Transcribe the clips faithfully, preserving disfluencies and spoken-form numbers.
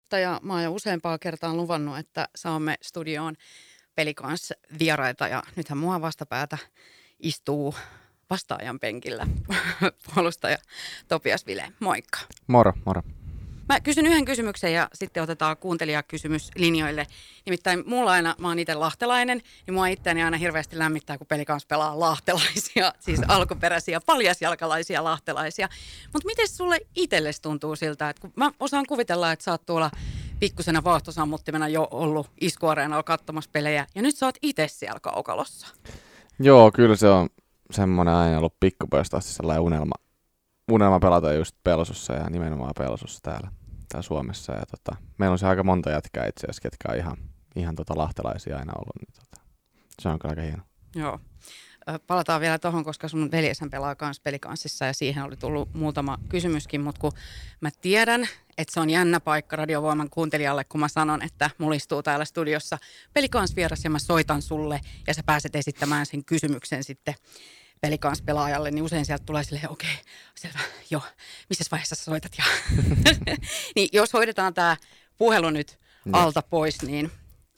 toimittaja. Mä oon jo useampaa kertaa luvannut, että saamme studioon Pelikans vieraita ja nythän mua vastapäätä istuu vastaajan penkillä puolustaja Topias Vile. Moikka. Moro, moro. Mä kysyn yhden kysymyksen ja sitten otetaan kuuntelijakysymys linjoille. Nimittäin mulla aina, mä oon itse lahtelainen, niin mua itseäni aina hirveästi lämmittää, kun Pelikans pelaa lahtelaisia, siis alkuperäisiä, paljasjalkalaisia lahtelaisia. Mutta miten sulle itsellesi tuntuu siltä, että kun mä osaan kuvitella, että sä oot tuolla pikkusena vaahtosammuttimena jo ollut iskuareenalla katsomassa pelejä, ja nyt sä oot itse siellä kaukalossa. Joo, kyllä se on semmoinen aina ollut pikkupojasta asti sellainen unelma, unelma pelata just Pelsossa ja nimenomaan Pelsossa täällä, täällä Suomessa. Ja tota, meillä on se aika monta jätkää itse asiassa, ketkä on ihan, ihan tota lahtelaisia aina ollut. Niin tota, se on kyllä aika hieno. Joo. Palataan vielä tuohon, koska sun veljeshän pelaa kans Pelikanssissa ja siihen oli tullut muutama kysymyskin, mutta kun mä tiedän, että se on jännä paikka Radiovoiman kuuntelijalle, kun mä sanon, että mulla istuu täällä studiossa Pelikans vieras ja mä soitan sulle ja sä pääset esittämään sen kysymyksen sitten Pelikans pelaajalle, niin usein sieltä tulee silleen, okei, okay, selvä, joo, missä vaiheessa sä soitat? Ja niin jos hoidetaan tää puhelu nyt alta pois, niin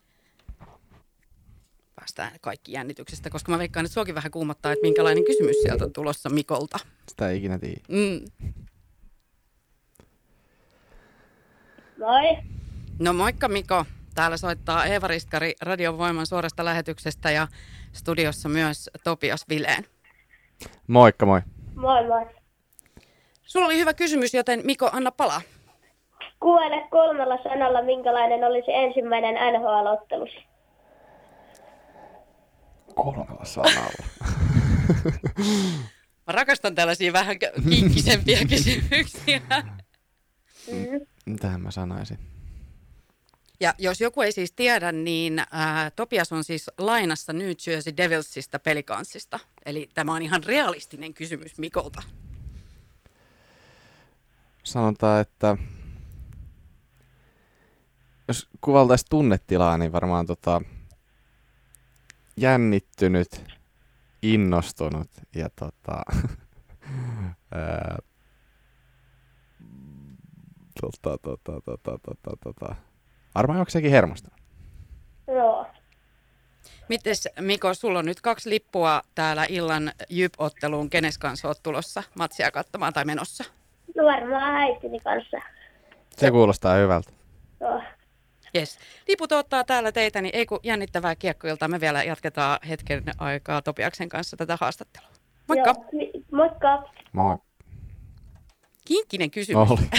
päästään kaikki jännityksestä, koska mä veikkaan, että suakin vähän kuumottaa, että minkälainen kysymys sieltä on tulossa Mikolta. Sitä ei ikinä tiedä. Mm. Moi. No moikka Miko. Täällä soittaa Eeva Ristkari Radiovoiman suorasta lähetyksestä ja studiossa myös Topias Vileen. Moikka, moi. Moi moi. Sulla oli hyvä kysymys, joten Miko, anna palaa. Kuvaile kolmella sanalla, minkälainen olisi ensimmäinen N H L-ottelus. Kolmella sanalla. Mä rakastan tällaisia vähän kinkkisempiä kysymyksiä. Mm. Mitähän mä sanoisin? Ja jos joku ei siis tiedä, niin ää, Topias on siis lainassa New Jersey Devilsista Pelicansista. Eli tämä on ihan realistinen kysymys Mikolta. Sanotaan, että jos kuvaltaisi tunnetilaa, niin varmaan tota jännittynyt, innostunut ja tota, ää, tota, tota, tota, tota, tota. Varmaan onko sekin hermostunut? Joo. Mites Miko, sulla on nyt kaksi lippua täällä illan Jyp-otteluun. Kenes kanssa oot tulossa matsia katsomaan tai menossa? No varmaan äitini kanssa. Se kuulostaa hyvältä. Joo. Jes. Liput ottaa täällä teitä, niin ei kun jännittävää kiekkoiltaa. Me vielä jatketaan hetken aikaa Topiaksen kanssa tätä haastattelua. Moikka. Joo. Mi- Moikka. Moi. Kinkkinen kysymys. Oli.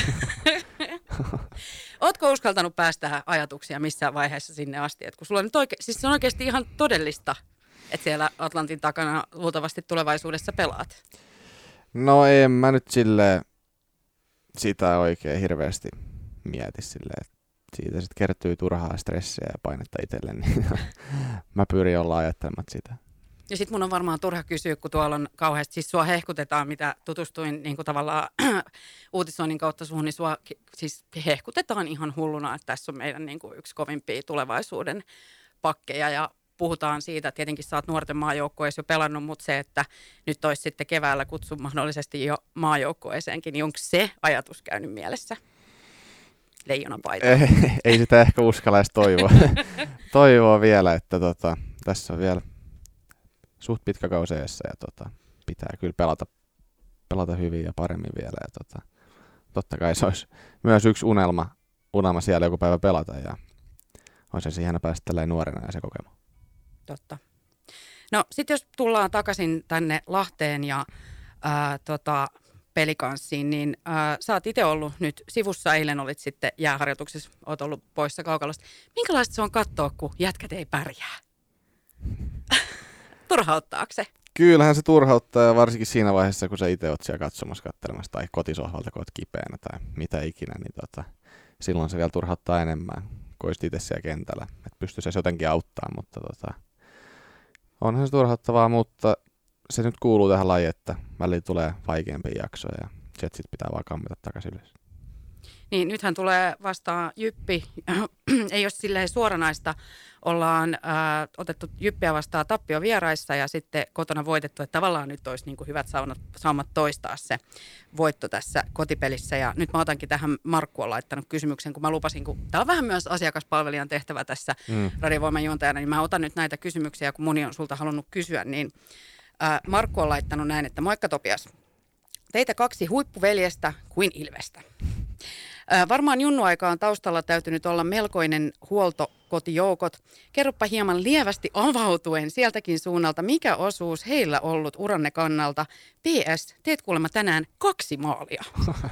Ootko uskaltanut päästä ajatuksia missään vaiheessa sinne asti? Et kun sulla on nyt oike- siis se on oikeasti ihan todellista, että siellä Atlantin takana luultavasti tulevaisuudessa pelaat. No en mä nyt silleen sitä oikein hirveästi mieti silleen, että siitä sitten kertyy turhaa stressiä ja painetta itselle, niin mä pyrin olla ajattelematta sitä. Ja sit mun on varmaan turha kysyä, kun tuolla on kauheasti, siis sua hehkutetaan, mitä tutustuin niin kuin tavallaan uutisoinnin kautta suhun, niin sua siis hehkutetaan ihan hulluna, että tässä on meidän niin kuin yksi kovimpia tulevaisuuden pakkeja ja puhutaan siitä, tietenkin sä oot nuorten maajoukkueessa jo pelannut, mutta se, että nyt olisi sitten keväällä kutsu mahdollisesti jo maajoukkueeseenkin, niin onko se ajatus käynyt mielessä? Leijonapaita. Ei, ei sitä ehkä uskalla edes toivoa. Toivoa vielä, että tota, tässä on vielä suht pitkä kausi edessä ja tota, pitää kyllä pelata, pelata hyvin ja paremmin vielä. Ja tota, totta kai se olisi myös yksi unelma, unelma siellä joku päivä pelata ja olisi se ihana päästä tälleen nuorena ja se kokema. Totta. No sitten jos tullaan takaisin tänne Lahteen ja ää, tota, Pelikanssiin, niin ää, sä oot itse ollut nyt sivussa, eilen olit sitten jääharjoituksessa, oot ollut poissa kaukalosta. Minkälaista se on katsoa, kun jätkät ei pärjää? Turhauttaako se? Kyllähän se turhauttaa ja varsinkin siinä vaiheessa, kun sä itse oot siellä katsomassa, katselemassa tai kotisohvalta, kun oot kipeänä tai mitä ikinä, niin tota, silloin se vielä turhauttaa enemmän, kun olisit itse siellä kentällä. Että pystyisi jotenkin auttaa, mutta tota, onhan se turhauttavaa, mutta se nyt kuuluu tähän lajiin, että välillä tulee vaikeampia jaksoja ja Jetsit pitää vaan kammeta takaisin ylös. Niin, nythän tulee vastaan Jyppi, ei ole silleen suoranaista, ollaan ää, otettu Jyppiä vastaan tappio vieraissa ja sitten kotona voitettu, että tavallaan nyt olisi niin kuin hyvät saumat, saumat toistaa se voitto tässä kotipelissä. Ja nyt mä otankin tähän, Markku on laittanut kysymyksen, kun mä lupasin, kun tämä on vähän myös asiakaspalvelijan tehtävä tässä mm. Radiovoiman juontajana, niin mä otan nyt näitä kysymyksiä, kun moni on sulta halunnut kysyä, niin ää, Markku on laittanut näin, että moikka Topias, teitä kaksi huippuveljestä kuin Ilvestä. Ää, varmaan junnuaikaan taustalla täytynyt olla melkoinen huoltokotijoukot. Kerropa hieman lievästi avautuen sieltäkin suunnalta, mikä osuus heillä ollut uranne kannalta. P S. Teet kuulemma tänään kaksi maalia.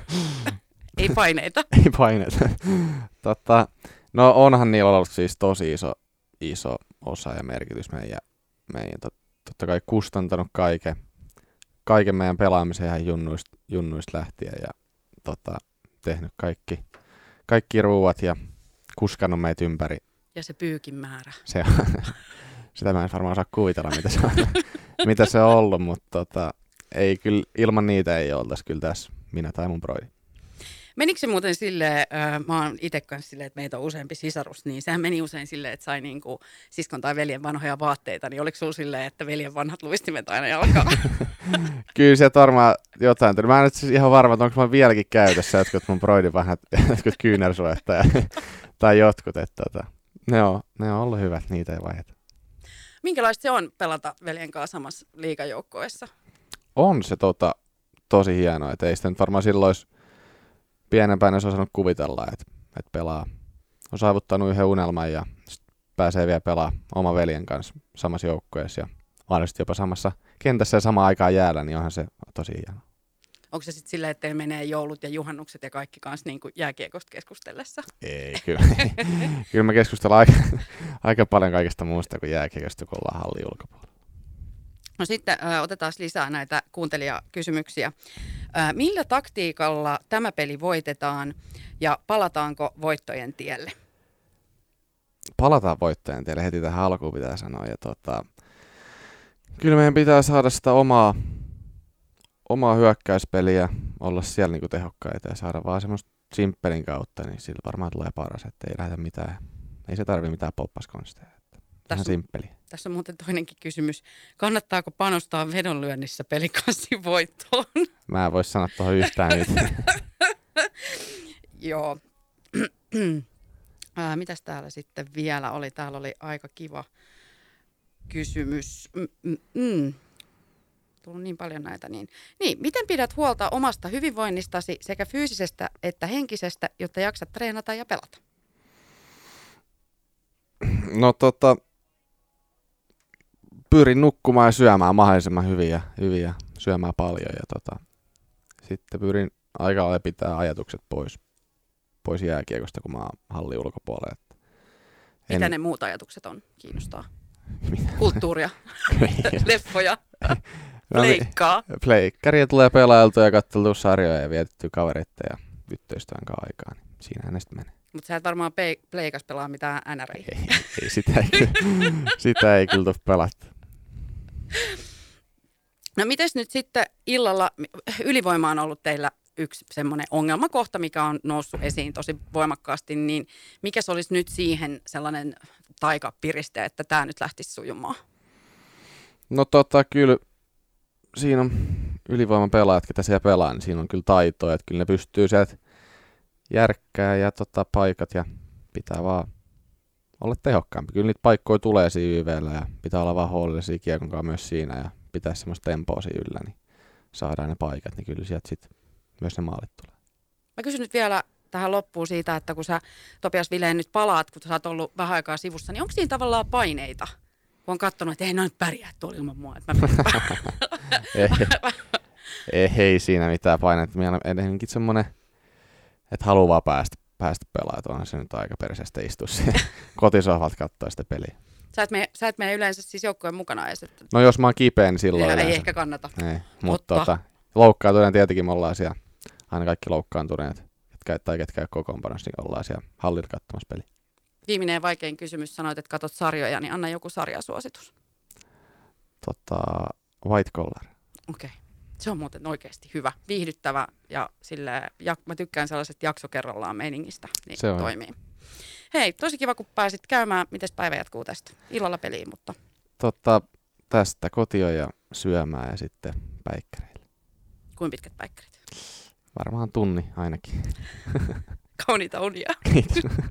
Ei paineita. Ei paineita. Totta, no onhan niillä ollut siis tosi iso, iso osa ja merkitys meidän, meidän tot, totta kai kustantanut kaiken, kaiken meidän pelaamisen ihan junnuista, junnuista lähtien ja tota, tehnyt kaikki, kaikki ruuat ja kuskannut meitä ympäri. Ja se pyykin määrä. Se on, sitä mä en varmaan osaa kuvitella, mitä se on, mitä se on ollut, mutta tota, ei, kyllä, ilman niitä ei oltaisi kyllä tässä minä tai mun broidi. Menikö se muuten silleen, äh, mä oon itse kanssa silleen, että meitä on useampi sisarus, niin sehän meni usein silleen, että sai niinku siskon tai veljen vanhoja vaatteita, niin oliko sulla silleen, että veljen vanhat luistimet aina jalkaa? Kyllä sieltä varmaan jotain tuli. Mä en nyt siis ihan varma, että onko mä vieläkin käytössä jotkut mun broidin vanhat, jotkut kyynärsuojat tai, tai jotkut, että tota, ne, on, ne on ollut hyvät, niitä ei vaihdeta. Minkälaista se on pelata veljen kanssa samassa liigajoukkoessa? On se tota, tosi hienoa, että ei sitä nyt varmaan silloin olisi pienempään olisi osannut kuvitella, että, että pelaa, on saavuttanut yhden unelman ja pääsee vielä pelaamaan oma veljen kanssa samassa joukkueessa ja mahdollisesti jopa samassa kentässä ja samaan aikaan jäällä, niin onhan se tosi hienoa. Onko se sitten silleen, että teillä menee joulut ja juhannukset ja kaikki kanssa niin kuin jääkiekosta keskustellessa? Ei, kyllä. Kyllä me keskustellaan aika, aika paljon kaikesta muusta kuin jääkiekosta, kun ollaan hallin ulkopuolella. No sitten ö, otetaan lisää näitä kuuntelijakysymyksiä. Ö, millä taktiikalla tämä peli voitetaan ja palataanko voittojen tielle? Palataan voittojen tielle, heti tähän alkuun pitää sanoa. Ja tota, kyllä meidän pitää saada sitä omaa, omaa hyökkäyspeliä, olla siellä niinku tehokkaita ja saada vaan semmoista simppelin kautta, niin sillä varmaan tulee paras, että ei lähdetä mitään, ei se tarvitse mitään poppaskonsteja. Tässä, simppeli. Tässä on muuten toinenkin kysymys. Kannattaako panostaa vedonlyönnissä pelikanssin voittoon? Mä en voi sanoa tuohon yhtään mitään. Joo. Ää, mitäs täällä sitten vielä oli? Täällä oli aika kiva kysymys. Mm-mm. Tullut niin paljon näitä. Niin. niin, miten pidät huolta omasta hyvinvoinnistasi sekä fyysisestä että henkisestä, jotta jaksat treenata ja pelata? No tota... Pyrin nukkumaan ja syömään mahdollisimman hyvin ja, hyvin ja syömään paljon. Ja tota, sitten pyrin aika lailla pitää ajatukset pois, pois jääkiekosta, kun mä oon hallin ulkopuolella. En... Mitä ne muut ajatukset on? Kiinnostaa. Kulttuuria, leffoja, pleikkaa. Pleikkaria tulee pelailtua ja katseltua sarjoja ja vietettyä kavereita ja tyttöystävän kanssa aikaa. Niin siinähän ne sitten menee. Mutta sä et varmaan pe- pleikas pelaa mitään N R I. Ei, ei sitä, ei, sitä ei kyllä tule pelattu. No mites nyt sitten illalla, ylivoima on ollut teillä yksi semmoinen ongelmakohta, mikä on noussut esiin tosi voimakkaasti, niin mikä se olisi nyt siihen sellainen taikapiriste, että tämä nyt lähtisi sujumaan? No tota kyllä, siinä on ylivoiman pelaajat, ketä siellä pelaa, niin siinä on kyllä taitoja, että kyllä ne pystyy sieltä järkkää ja tota, paikat ja pitää vaan olla tehokkaampi. Kyllä niitä paikkoja tulee siinä Y V:llä ja pitää olla vaan huolellisia kiekon kanssa myös siinä ja pitää semmoista tempoa siinä yllä, niin saadaan ne paikat, niin kyllä sieltä sitten myös ne maalit tulee. Mä kysyn nyt vielä tähän loppuun siitä, että kun sä Topias Vileen nyt palaat, kun sä oot ollut vähän aikaa sivussa, niin onko siinä tavallaan paineita? Kun on katsonut, että ei noin pärjää tuolla ilman mua. Että mä ei, ei, ei siinä mitään paineita. Meillä on ennenkin semmoinen, että haluaa vaan päästä, päästä pelaamaan. Onhan se nyt aika perseestä istua siihen kotisohvalta katsoa sitä peliä. Sä et mene, sä et mene yleensä siis joukkojen mukana edes. Että... No jos mä oon kipeä, niin silloin ei yleensä. ehkä kannata. Ei, mutta tota, loukkaantuneen tietenkin me ollaan siellä. Aina kaikki loukkaantuneet, ketkä, tai ketkä ei kokoonpanossa, niin ollaan siellä hallilla katsomassa peliä. Viimeinen ja vaikein kysymys. Sanoit, että katsot sarjoja, niin anna joku sarjasuositus. Tota, White Collar. Okei. Okay. Se on muuten oikeasti hyvä, viihdyttävä ja silleen, ja mä tykkään sellaiset jakso kerrallaan meiningistä, niin Se on. toimii. Hei, tosi kiva, kun pääsit käymään. Mites päivä jatkuu tästä? Illalla peliin, mutta... Totta, tästä kotio ja syömään ja sitten päikkäreille. Kuinka pitkät päikkärit? Varmaan tunni ainakin. Kauniita unia. Kiitos.